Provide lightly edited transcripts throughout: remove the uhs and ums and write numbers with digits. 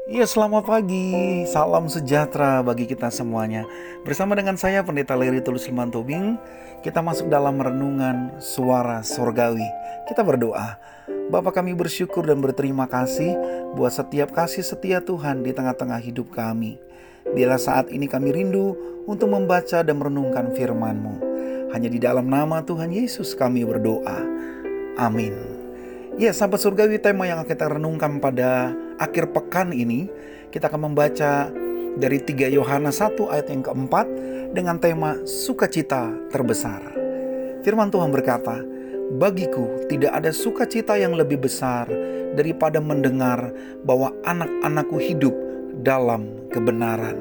Iya, selamat pagi. Salam sejahtera bagi kita semuanya. Bersama dengan saya Pendeta Leri Tulus Limantobing, kita masuk dalam renungan suara sorgawi. Kita berdoa. Bapa, kami bersyukur dan berterima kasih buat setiap kasih setia Tuhan di tengah-tengah hidup kami. Bila saat ini kami rindu untuk membaca dan merenungkan firman-Mu. Hanya di dalam nama Tuhan Yesus kami berdoa. Amin. Ya, sahabat surgawi, tema yang akan kita renungkan pada akhir pekan ini, kita akan membaca dari 3 Yohanes 1 ayat yang keempat dengan tema sukacita terbesar. Firman Tuhan berkata, "Bagiku tidak ada sukacita yang lebih besar daripada mendengar bahwa anak-anakku hidup dalam kebenaran."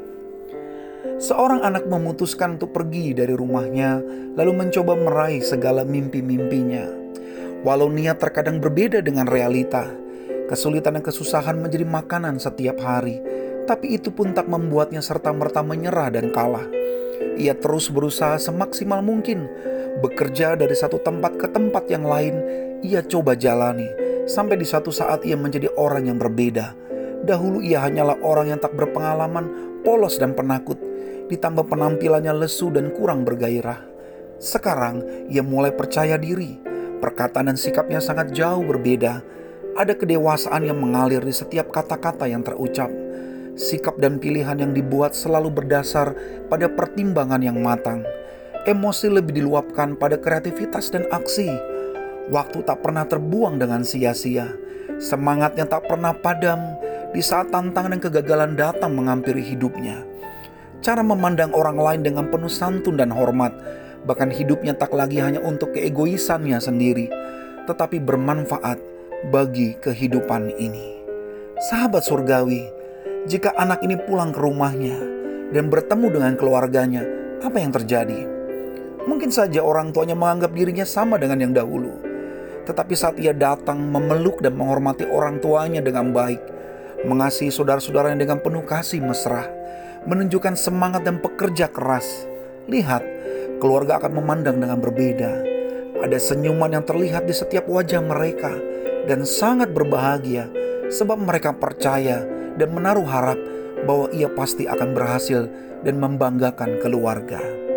Seorang anak memutuskan untuk pergi dari rumahnya, lalu mencoba meraih segala mimpi-mimpinya. Walau niat terkadang berbeda dengan realita, kesulitan dan kesusahan menjadi makanan setiap hari, tapi itu pun tak membuatnya serta-merta menyerah dan kalah. Ia terus berusaha semaksimal mungkin, bekerja dari satu tempat ke tempat yang lain. Ia coba jalani, sampai di suatu saat ia menjadi orang yang berbeda. Dahulu ia hanyalah orang yang tak berpengalaman, polos dan penakut, ditambah penampilannya lesu dan kurang bergairah. Sekarang ia mulai percaya diri. Perkataan dan sikapnya sangat jauh berbeda. Ada kedewasaan yang mengalir di setiap kata-kata yang terucap. Sikap dan pilihan yang dibuat selalu berdasar pada pertimbangan yang matang. Emosi lebih diluapkan pada kreativitas dan aksi. Waktu tak pernah terbuang dengan sia-sia. Semangatnya tak pernah padam di saat tantangan dan kegagalan datang menghampiri hidupnya. Cara memandang orang lain dengan penuh santun dan hormat. Bahkan hidupnya tak lagi hanya untuk keegoisannya sendiri, tetapi bermanfaat bagi kehidupan ini. Sahabat surgawi, jika anak ini pulang ke rumahnya dan bertemu dengan keluarganya, apa yang terjadi? Mungkin saja orang tuanya menganggap dirinya sama dengan yang dahulu. Tetapi saat ia datang memeluk dan menghormati orang tuanya dengan baik, mengasihi saudara-saudaranya dengan penuh kasih mesra, menunjukkan semangat dan pekerja keras, lihat, keluarga akan memandang dengan berbeda. Ada senyuman yang terlihat di setiap wajah mereka dan sangat berbahagia sebab mereka percaya dan menaruh harap bahwa ia pasti akan berhasil dan membanggakan keluarga.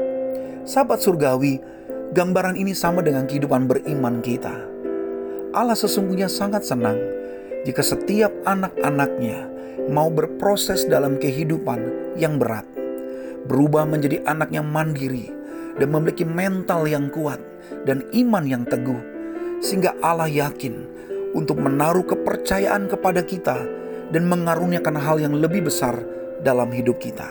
Sahabat surgawi, gambaran ini sama dengan kehidupan beriman kita. Allah sesungguhnya sangat senang jika setiap anak-anaknya mau berproses dalam kehidupan yang berat, berubah menjadi anak yang mandiri, dan memiliki mental yang kuat dan iman yang teguh, sehingga Allah yakin untuk menaruh kepercayaan kepada kita dan mengaruniakan hal yang lebih besar dalam hidup kita.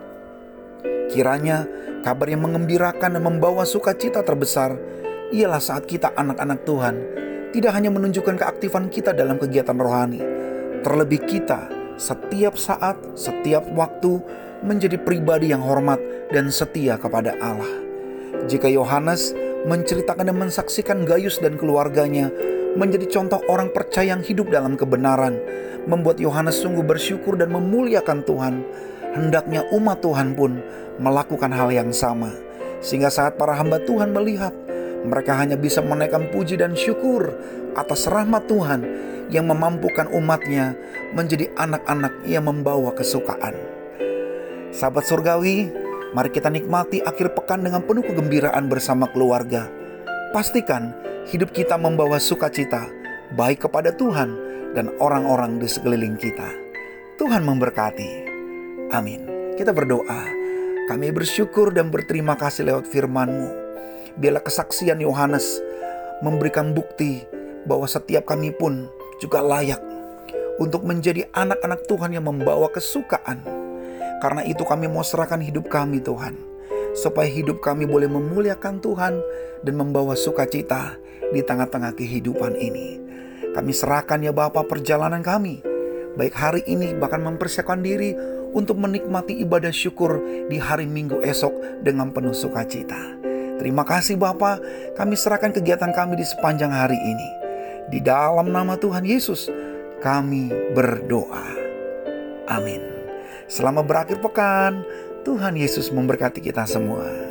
Kiranya kabar yang mengembirakan dan membawa sukacita terbesar ialah saat kita anak-anak Tuhan tidak hanya menunjukkan keaktifan kita dalam kegiatan rohani, terlebih kita setiap saat, setiap waktu menjadi pribadi yang hormat dan setia kepada Allah. Jika Yohanes menceritakan dan mensaksikan Gaius dan keluarganya menjadi contoh orang percaya yang hidup dalam kebenaran, membuat Yohanes sungguh bersyukur dan memuliakan Tuhan, hendaknya umat Tuhan pun melakukan hal yang sama. Sehingga saat para hamba Tuhan melihat, mereka hanya bisa menaikkan puji dan syukur atas rahmat Tuhan yang memampukan umatnya menjadi anak-anak yang membawa kesukaan. Sahabat surgawi, mari kita nikmati akhir pekan dengan penuh kegembiraan bersama keluarga. Pastikan hidup kita membawa sukacita, baik kepada Tuhan dan orang-orang di sekeliling kita. Tuhan memberkati. Amin. Kita berdoa. Kami bersyukur dan berterima kasih lewat firman-Mu. Biarlah kesaksian Yohanes memberikan bukti bahwa setiap kami pun juga layak untuk menjadi anak-anak Tuhan yang membawa kesukaan. Karena itu kami mau serahkan hidup kami Tuhan, supaya hidup kami boleh memuliakan Tuhan dan membawa sukacita di tengah-tengah kehidupan ini. Kami serahkan ya Bapa perjalanan kami, baik hari ini bahkan mempersiapkan diri untuk menikmati ibadah syukur di hari Minggu esok dengan penuh sukacita. Terima kasih Bapa, kami serahkan kegiatan kami di sepanjang hari ini. Di dalam nama Tuhan Yesus kami berdoa. Amin. Selama berakhir pekan, Tuhan Yesus memberkati kita semua.